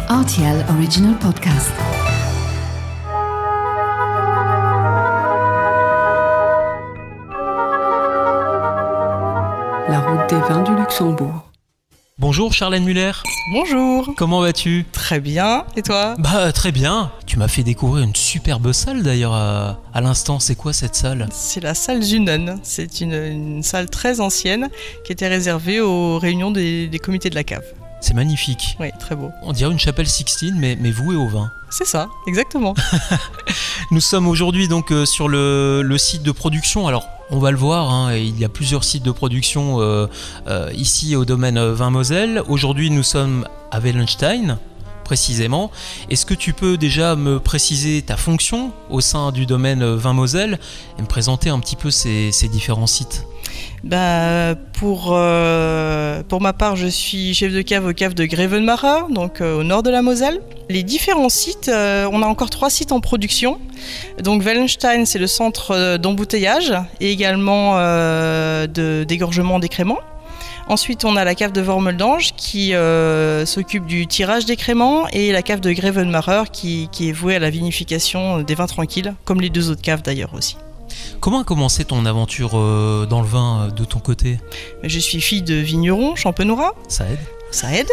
RTL Original Podcast. La route des vins du Luxembourg. Bonjour Charlène Muller. Bonjour. Comment vas-tu ? Très bien, et toi ? Très bien. Tu m'as fait découvrir une superbe salle d'ailleurs à l'instant. C'est quoi cette salle ? C'est la salle Zunen. C'est une salle très ancienne qui était réservée aux réunions des comités de la cave. C'est magnifique. Oui, très beau. On dirait une chapelle Sixtine mais vouée au vin. C'est ça, exactement. Nous sommes aujourd'hui donc sur le site de production. Alors on va le voir, il y a plusieurs sites de production ici au domaine Vin Moselle. Aujourd'hui nous sommes à Wellenstein précisément. Est-ce que tu peux déjà me préciser ta fonction au sein du domaine Vin Moselle et me présenter un petit peu ces différents sites ? Pour ma part, je suis chef de cave aux caves de Grevenmacher, donc au nord de la Moselle. Les différents sites, on a encore 3 sites en production. Donc Wellenstein, c'est le centre d'embouteillage et également d'égorgement d'écréments. Ensuite, on a la cave de Wormeldange qui s'occupe du tirage d'écréments et la cave de Grevenmacher qui est vouée à la vinification des vins tranquilles, comme les 2 autres caves d'ailleurs aussi. Comment a commencé ton aventure dans le vin de ton côté ? Je suis fille de vigneron champenois. Ça aide ? Ça aide.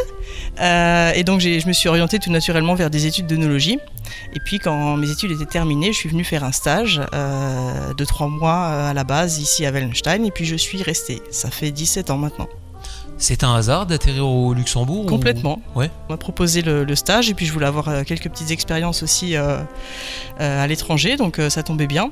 Et donc je me suis orientée tout naturellement vers des études d'œnologie. Et puis quand mes études étaient terminées, je suis venue faire un stage de 3 mois à la base ici à Wellenstein. Et puis je suis restée. Ça fait 17 ans maintenant. C'est un hasard d'atterrir au Luxembourg ? Complètement. Ouais. On m'a proposé le stage et puis je voulais avoir quelques petites expériences aussi à l'étranger. Donc ça tombait bien.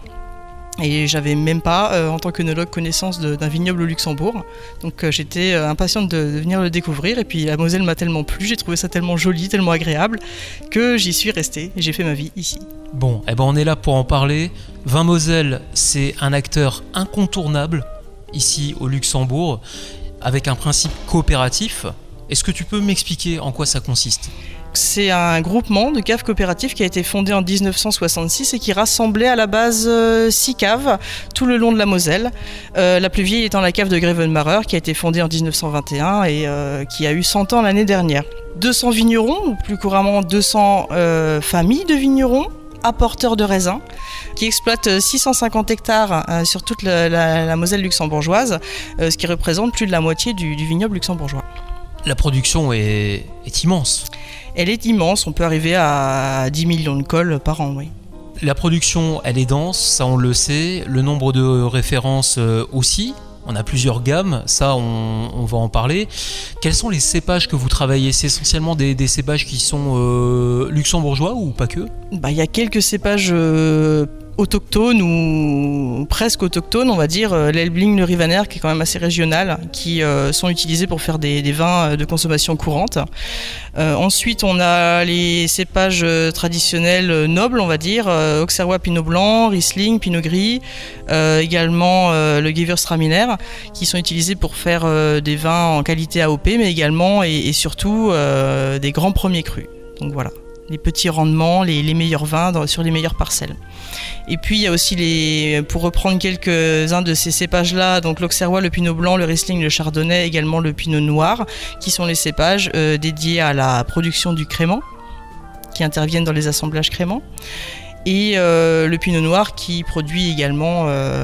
Et j'avais même pas, en tant qu'œnologue, connaissance d'un vignoble au Luxembourg. Donc j'étais impatiente de venir le découvrir. Et puis la Moselle m'a tellement plu, j'ai trouvé ça tellement joli, tellement agréable, que j'y suis restée et j'ai fait ma vie ici. Bon, on est là pour en parler. Vin Moselle, c'est un acteur incontournable ici au Luxembourg, avec un principe coopératif. Est-ce que tu peux m'expliquer en quoi ça consiste ? C'est un groupement de caves coopératives qui a été fondé en 1966 et qui rassemblait à la base 6 caves tout le long de la Moselle. La plus vieille étant la cave de Grevenmacher qui a été fondée en 1921 et qui a eu 100 ans l'année dernière. 200 vignerons, ou plus couramment 200 familles de vignerons, apporteurs de raisins, qui exploitent 650 hectares sur toute la Moselle luxembourgeoise, ce qui représente plus de la moitié du vignoble luxembourgeois. La production est immense. Elle est immense, on peut arriver à 10 millions de cols par an, oui. La production, elle est dense, ça on le sait. Le nombre de références aussi. On a plusieurs gammes, ça on va en parler. Quels sont les cépages que vous travaillez ? C'est essentiellement des cépages qui sont luxembourgeois ou pas que ? Il y a quelques cépages autochtones ou presque autochtones, on va dire, l'Elbling, le Rivaner, qui est quand même assez régional, qui sont utilisés pour faire des vins de consommation courante. Ensuite, on a les cépages traditionnels nobles, on va dire, Auxerrois, Pinot Blanc, Riesling, Pinot Gris, également le Gewürztraminer, qui sont utilisés pour faire des vins en qualité AOP, mais également et surtout des grands premiers crus. Donc voilà. Les petits rendements, les meilleurs vins sur les meilleures parcelles. Et puis il y a aussi pour reprendre quelques-uns de ces cépages-là, donc l'Auxerrois, le Pinot Blanc, le Riesling, le Chardonnay, également le Pinot Noir, qui sont les cépages dédiés à la production du crément, qui interviennent dans les assemblages créments. Et le Pinot Noir qui produit également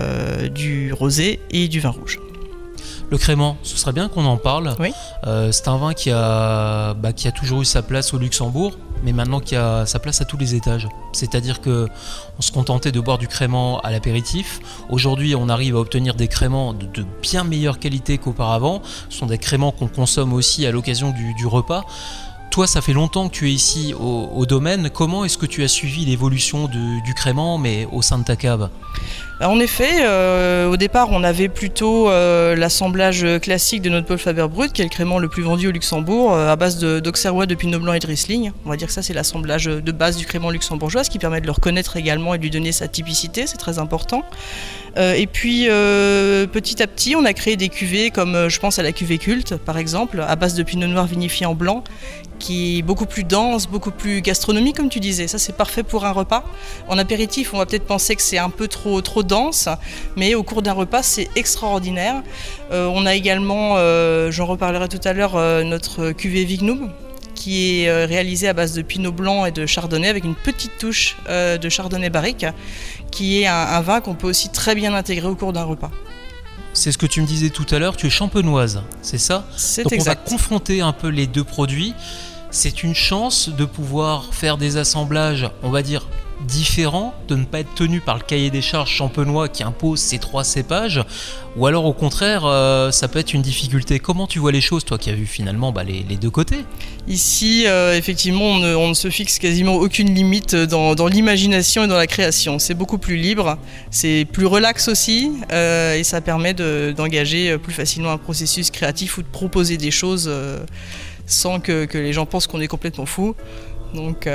du rosé et du vin rouge. Le crément, ce serait bien qu'on en parle. Oui. C'est un vin qui a toujours eu sa place au Luxembourg, mais maintenant qui a sa place à tous les étages. C'est-à-dire qu'on se contentait de boire du crément à l'apéritif. Aujourd'hui, on arrive à obtenir des créments de bien meilleure qualité qu'auparavant. Ce sont des créments qu'on consomme aussi à l'occasion du repas. Toi, ça fait longtemps que tu es ici au domaine. Comment est-ce que tu as suivi l'évolution du crément, mais au sein de ta cave ? En effet, au départ, on avait plutôt l'assemblage classique de notre Paul Faber Brut, qui est le crément le plus vendu au Luxembourg, à base d'Auxerrois, de Pinot Blanc et de Riesling. On va dire que ça, c'est l'assemblage de base du crément luxembourgeois, ce qui permet de le reconnaître également et de lui donner sa typicité, c'est très important. Et puis, petit à petit, on a créé des cuvées comme, je pense à la cuvée culte, par exemple, à base de Pinot Noir vinifié en blanc, qui est beaucoup plus dense, beaucoup plus gastronomique, comme tu disais. Ça, c'est parfait pour un repas. En apéritif, on va peut-être penser que c'est un peu trop dense, mais au cours d'un repas, c'est extraordinaire. On a également, j'en reparlerai tout à l'heure, notre cuvée Vignum, qui est réalisé à base de pinot blanc et de chardonnay avec une petite touche de chardonnay barrique, qui est un vin qu'on peut aussi très bien intégrer au cours d'un repas. C'est ce que tu me disais tout à l'heure, tu es champenoise, c'est ça ? C'est Donc exact. on va confronter un peu les deux produits. C'est une chance de pouvoir faire des assemblages, on va dire, différents, de ne pas être tenu par le cahier des charges champenois qui impose ces 3 cépages, ou alors au contraire, ça peut être une difficulté. Comment tu vois les choses, toi qui as vu finalement les deux côtés ? Ici, effectivement, on ne se fixe quasiment aucune limite dans l'imagination et dans la création. C'est beaucoup plus libre, c'est plus relax aussi, et ça permet d'engager plus facilement un processus créatif ou de proposer des choses sans que les gens pensent qu'on est complètement fou. Donc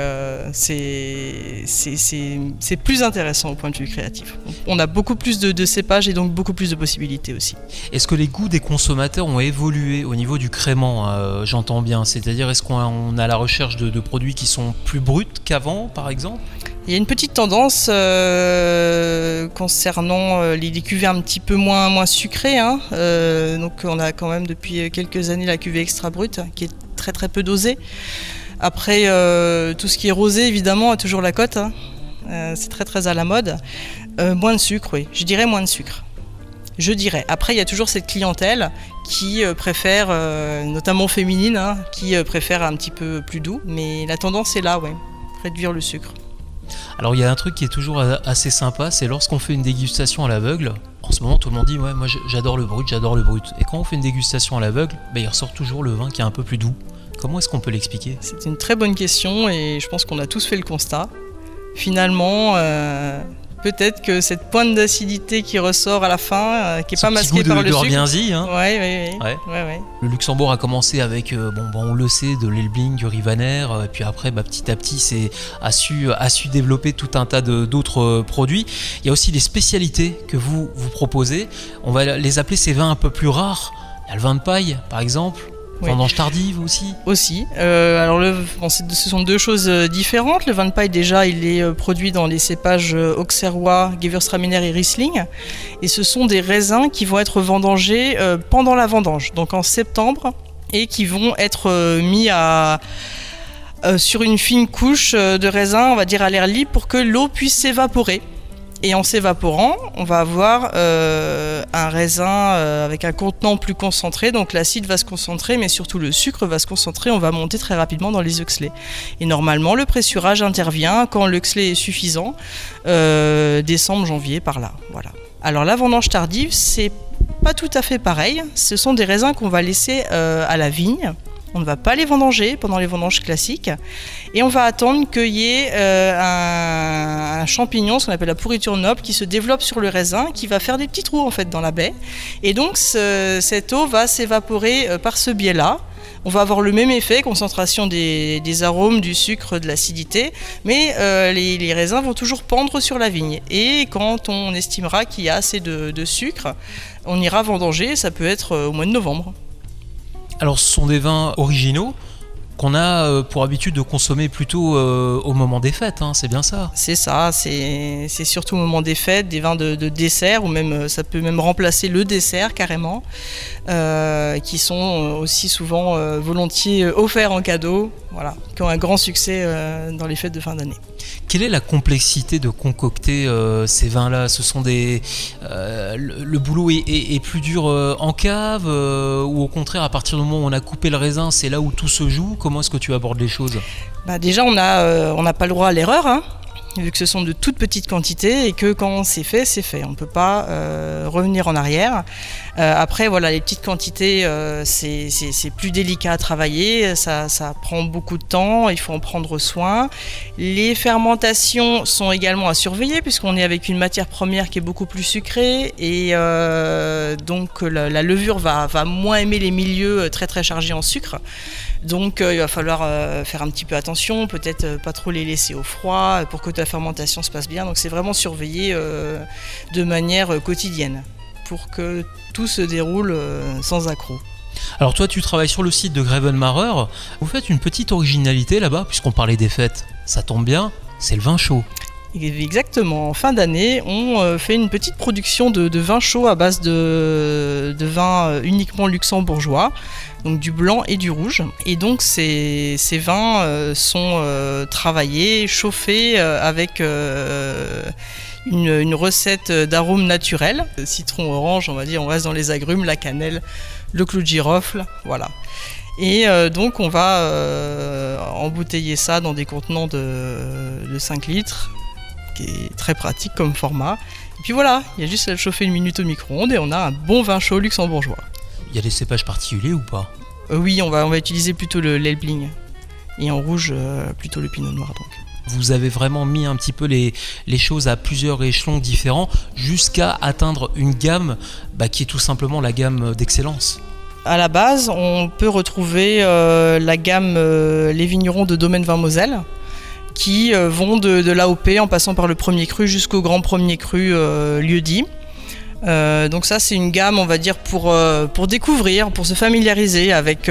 c'est plus intéressant au point de vue créatif. On a beaucoup plus de cépages et donc beaucoup plus de possibilités aussi. Est-ce que les goûts des consommateurs ont évolué au niveau du crément, j'entends bien, c'est-à-dire est-ce qu'on a la recherche de produits qui sont plus bruts qu'avant par exemple ? Il y a une petite tendance concernant les cuvées un petit peu moins sucrées. Donc on a quand même depuis quelques années la cuvée extra brute qui est très très peu dosée. Après, tout ce qui est rosé, évidemment, a toujours la cote. C'est très très à la mode. Moins de sucre, oui. Je dirais moins de sucre. Après, il y a toujours cette clientèle qui préfère, notamment féminine, qui préfère un petit peu plus doux. Mais la tendance est là, oui. Réduire le sucre. Alors il y a un truc qui est toujours assez sympa, c'est lorsqu'on fait une dégustation à l'aveugle. En ce moment, tout le monde dit ouais, moi j'adore le brut. Et quand on fait une dégustation à l'aveugle, il ressort toujours le vin qui est un peu plus doux. Comment est-ce qu'on peut l'expliquer ? C'est une très bonne question et je pense qu'on a tous fait le constat. Finalement, peut-être que cette pointe d'acidité qui ressort à la fin, qui n'est pas masquée par le sucre. Bienzi, hein. Ouais. Le Luxembourg a commencé avec, on le sait, de l'Elbling, du Rivaner, et puis après, petit à petit, a su développer tout un tas d'autres produits. Il y a aussi les spécialités que vous proposez. On va les appeler ces vins un peu plus rares. Il y a le vin de paille, par exemple. Vendange tardive aussi. Alors ce sont deux choses différentes. Le vin de paille déjà, il est produit dans les cépages auxerrois, Gewürztraminer et Riesling. Et ce sont des raisins qui vont être vendangés pendant la vendange, donc en septembre, et qui vont être mis sur une fine couche de raisin, on va dire à l'air libre, pour que l'eau puisse s'évaporer. Et en s'évaporant, on va avoir un raisin avec un contenant plus concentré, donc l'acide va se concentrer, mais surtout le sucre va se concentrer, on va monter très rapidement dans les oxlets. Et normalement, le pressurage intervient quand l'oxlé est suffisant, décembre, janvier, par là. Voilà. Alors la vendange tardive, c'est pas tout à fait pareil, ce sont des raisins qu'on va laisser à la vigne. On ne va pas les vendanger pendant les vendanges classiques et on va attendre qu'il y ait un champignon, ce qu'on appelle la pourriture noble, qui se développe sur le raisin, qui va faire des petits trous en fait dans la baie. Et donc cette eau va s'évaporer par ce biais-là. On va avoir le même effet, concentration des arômes, du sucre, de l'acidité, mais les raisins vont toujours pendre sur la vigne. Et quand on estimera qu'il y a assez de sucre, on ira vendanger, ça peut être au mois de novembre. Alors ce sont des vins originaux qu'on a pour habitude de consommer plutôt au moment des fêtes, c'est bien ça ? C'est ça, c'est surtout au moment des fêtes, des vins de dessert, ou même ça peut même remplacer le dessert carrément, qui sont aussi souvent volontiers offerts en cadeau, voilà, qui ont un grand succès dans les fêtes de fin d'année. Quelle est la complexité de concocter ces vins-là ? Ce sont le boulot est plus dur en cave ou au contraire, à partir du moment où on a coupé le raisin, c'est là où tout se joue ? Comment est-ce que tu abordes les choses ? Déjà, on n'a pas le droit à l'erreur, vu que ce sont de toutes petites quantités et que quand c'est fait, c'est fait. On ne peut pas revenir en arrière. Après, voilà, les petites quantités, c'est plus délicat à travailler, ça prend beaucoup de temps, il faut en prendre soin. Les fermentations sont également à surveiller puisqu'on est avec une matière première qui est beaucoup plus sucrée et donc la levure va moins aimer les milieux très très chargés en sucre. Donc il va falloir faire un petit peu attention, peut-être pas trop les laisser au froid pour que la fermentation se passe bien. Donc c'est vraiment surveillé de manière quotidienne pour que tout se déroule sans accroc. Alors toi tu travailles sur le site de Grevenmacher, vous faites une petite originalité là-bas puisqu'on parlait des fêtes, ça tombe bien, c'est le vin chaud. Exactement, en fin d'année on fait une petite production de vin chaud à base de vin uniquement luxembourgeois. donc du blanc et du rouge. Et donc ces vins sont travaillés, chauffés avec une recette d'arômes naturels. Citron orange, on va dire, on reste dans les agrumes, la cannelle, le clou de girofle, voilà. Et donc on va embouteiller ça dans des contenants de 5 litres, qui est très pratique comme format. Et puis voilà, il y a juste à le chauffer 1 minute au micro-ondes et on a un bon vin chaud luxembourgeois. Il y a des cépages particuliers ou pas ? Oui, on va utiliser plutôt le Elbling et en rouge plutôt le pinot noir donc. Vous avez vraiment mis un petit peu les choses à plusieurs échelons différents jusqu'à atteindre une gamme qui est tout simplement la gamme d'excellence. À la base, on peut retrouver la gamme Les Vignerons de Domaine Vin Moselle qui vont de l'AOP en passant par le premier cru jusqu'au grand premier cru lieu-dit. Donc ça c'est une gamme on va dire pour découvrir, pour se familiariser avec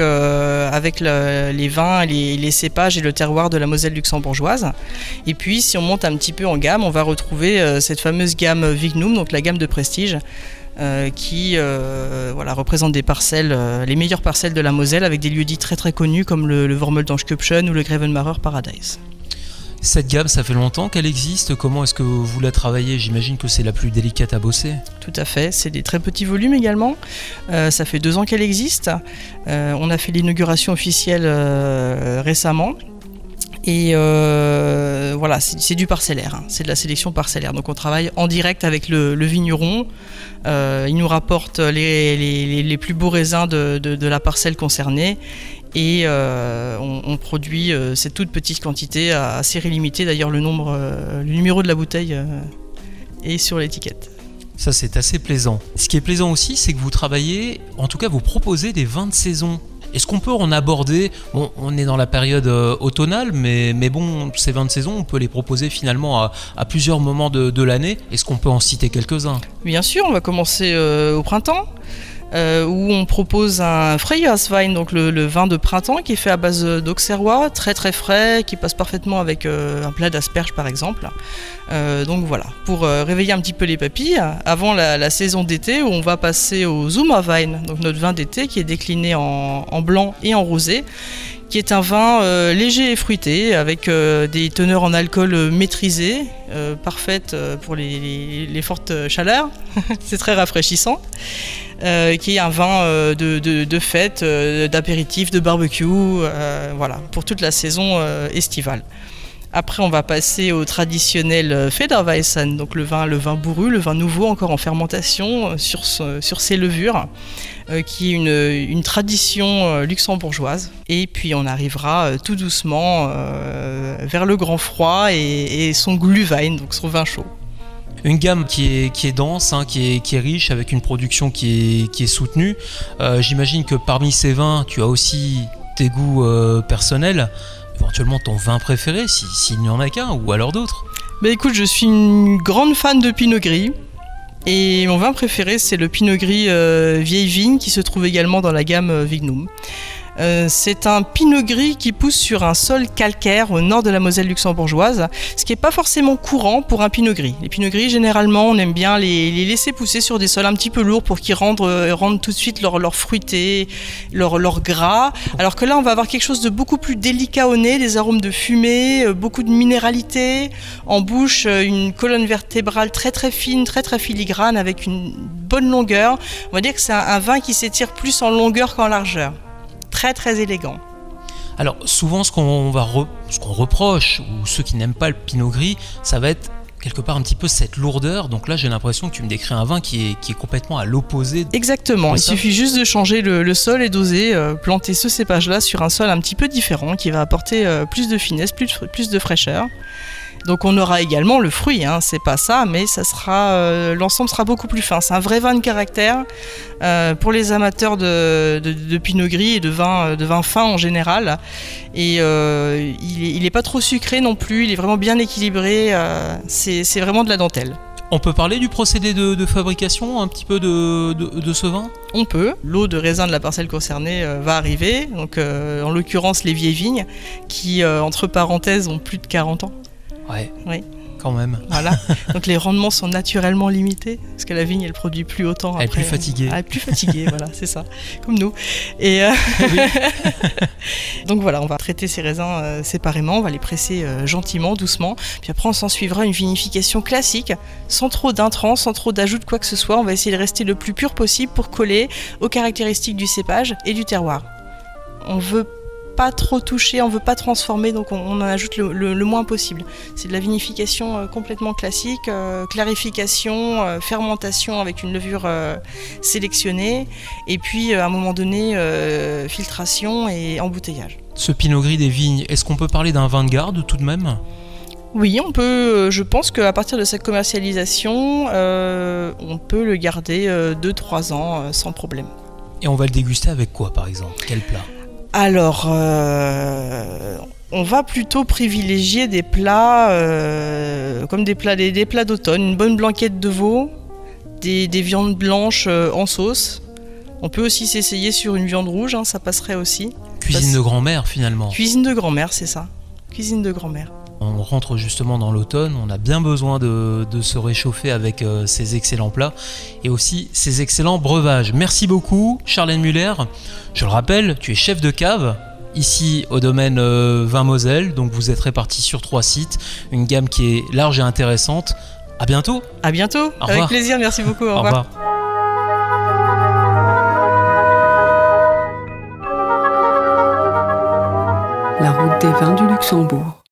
les vins, les cépages et le terroir de la Moselle luxembourgeoise. Et puis si on monte un petit peu en gamme, on va retrouver cette fameuse gamme Vignum, donc la gamme de prestige qui représente des parcelles, les meilleures parcelles de la Moselle avec des lieux-dits très très connus comme le Wormeldange-Köpchen ou le Grevenmacher Paradise. Cette gamme, ça fait longtemps qu'elle existe. Comment est-ce que vous la travaillez ? J'imagine que c'est la plus délicate à bosser. Tout à fait, c'est des très petits volumes également. Ça fait 2 ans qu'elle existe. On a fait l'inauguration officielle récemment. Et voilà, c'est du parcellaire, hein. C'est de la sélection parcellaire. Donc on travaille en direct avec le vigneron. Il nous rapporte les plus beaux raisins de la parcelle concernée. Et on produit cette toute petite quantité à série limitée. D'ailleurs, le numéro de la bouteille est sur l'étiquette. Ça, c'est assez plaisant. Ce qui est plaisant aussi, c'est que vous travaillez, en tout cas, vous proposez des vins de saison. Est-ce qu'on peut en aborder ? Bon, on est dans la période automnale, mais bon, ces vins de saison, on peut les proposer finalement à plusieurs moments de l'année. Est-ce qu'on peut en citer quelques-uns ? Bien sûr, on va commencer au printemps. Où on propose un Freyjaswein, donc le vin de printemps qui est fait à base d'auxerrois, très très frais, qui passe parfaitement avec un plat d'asperges par exemple. Donc voilà, pour réveiller un petit peu les papilles, avant la saison d'été où on va passer au Zummerwein, donc notre vin d'été qui est décliné en blanc et en rosé, qui est un vin léger et fruité, avec des teneurs en alcool maîtrisées, parfaites pour les fortes chaleurs. C'est très rafraîchissant. Qui est un vin de fête, d'apéritif, de barbecue, voilà, pour toute la saison estivale. Après, on va passer au traditionnel Federweizen, donc le vin bourru, le vin nouveau encore en fermentation sur ses levures, qui est une tradition luxembourgeoise. Et puis on arrivera tout doucement vers le grand froid et son Glühwein, donc son vin chaud. Une gamme qui est dense, hein, qui est riche, avec une production qui est soutenue. J'imagine que parmi ces vins, tu as aussi tes goûts personnels, éventuellement ton vin préféré, s'il n'y en a qu'un, ou alors d'autres. Écoute, je suis une grande fan de Pinot Gris. Et mon vin préféré, c'est le Pinot Gris vieille vigne, qui se trouve également dans la gamme Vignum. C'est un pinot gris qui pousse sur un sol calcaire au nord de la Moselle luxembourgeoise, ce qui n'est pas forcément courant pour un pinot gris. Les pinots gris, généralement, on aime bien les laisser pousser sur des sols un petit peu lourds pour qu'ils rendent tout de suite leur fruité, leur gras. Alors que là, on va avoir quelque chose de beaucoup plus délicat au nez, des arômes de fumée, beaucoup de minéralité, en bouche, une colonne vertébrale très très fine, très très filigrane, avec une bonne longueur. On va dire que c'est un vin qui s'étire plus en longueur qu'en largeur. Très très élégant. Alors souvent ce qu'on reproche, ou ceux qui n'aiment pas le pinot gris, ça va être quelque part un petit peu cette lourdeur. Donc là j'ai l'impression que tu me décris un vin qui est complètement à l'opposé. Exactement, il suffit juste de changer le sol et d'oser planter ce cépage là sur un sol un petit peu différent qui va apporter plus de finesse, plus de fraîcheur. Donc on aura également le fruit, hein, c'est pas ça, mais ça sera, l'ensemble sera beaucoup plus fin. C'est un vrai vin de caractère pour les amateurs de pinot gris et de vin fin en général. Et il est pas trop sucré non plus, il est vraiment bien équilibré, c'est vraiment de la dentelle. On peut parler du procédé de fabrication un petit peu de ce vin ? On peut. L'eau de raisin de la parcelle concernée va arriver, donc en l'occurrence les vieilles vignes qui, entre parenthèses, ont plus de 40 ans. Ouais. Oui. quand même. Voilà. Donc les rendements sont naturellement limités parce que la vigne elle produit plus autant. Elle est plus fatiguée. Elle est plus fatiguée, voilà, c'est ça, comme nous. Et donc voilà, on va traiter ces raisins séparément, on va les presser gentiment, doucement. Puis après on s'en suivra une vinification classique, sans trop d'intrants, sans trop d'ajout de quoi que ce soit. On va essayer de rester le plus pur possible pour coller aux caractéristiques du cépage et du terroir. On veut pas trop toucher, on veut pas transformer, donc on en ajoute le moins possible. C'est de la vinification complètement classique, clarification, fermentation avec une levure sélectionnée, et puis à un moment donné, filtration et embouteillage. Ce Pinot Gris des vignes, est-ce qu'on peut parler d'un vin de garde tout de même ? Oui, on peut. Je pense qu'à partir de sa commercialisation, on peut le garder 2-3 ans sans problème. Et on va le déguster avec quoi, par exemple ? Quel plat ? Alors, on va plutôt privilégier des plats comme des plats d'automne, une bonne blanquette de veau, des viandes blanches en sauce. On peut aussi s'essayer sur une viande rouge, ça passerait aussi. Cuisine de grand-mère finalement. Cuisine de grand-mère, c'est ça. Cuisine de grand-mère. On rentre justement dans l'automne, on a bien besoin de se réchauffer avec ces excellents plats et aussi ces excellents breuvages. Merci beaucoup Charlène Muller. Je le rappelle, tu es chef de cave ici au domaine Vin Moselle, donc vous êtes répartis sur 3 sites, une gamme qui est large et intéressante. À bientôt. À bientôt, avec plaisir, merci beaucoup, au revoir. La route des vins du Luxembourg.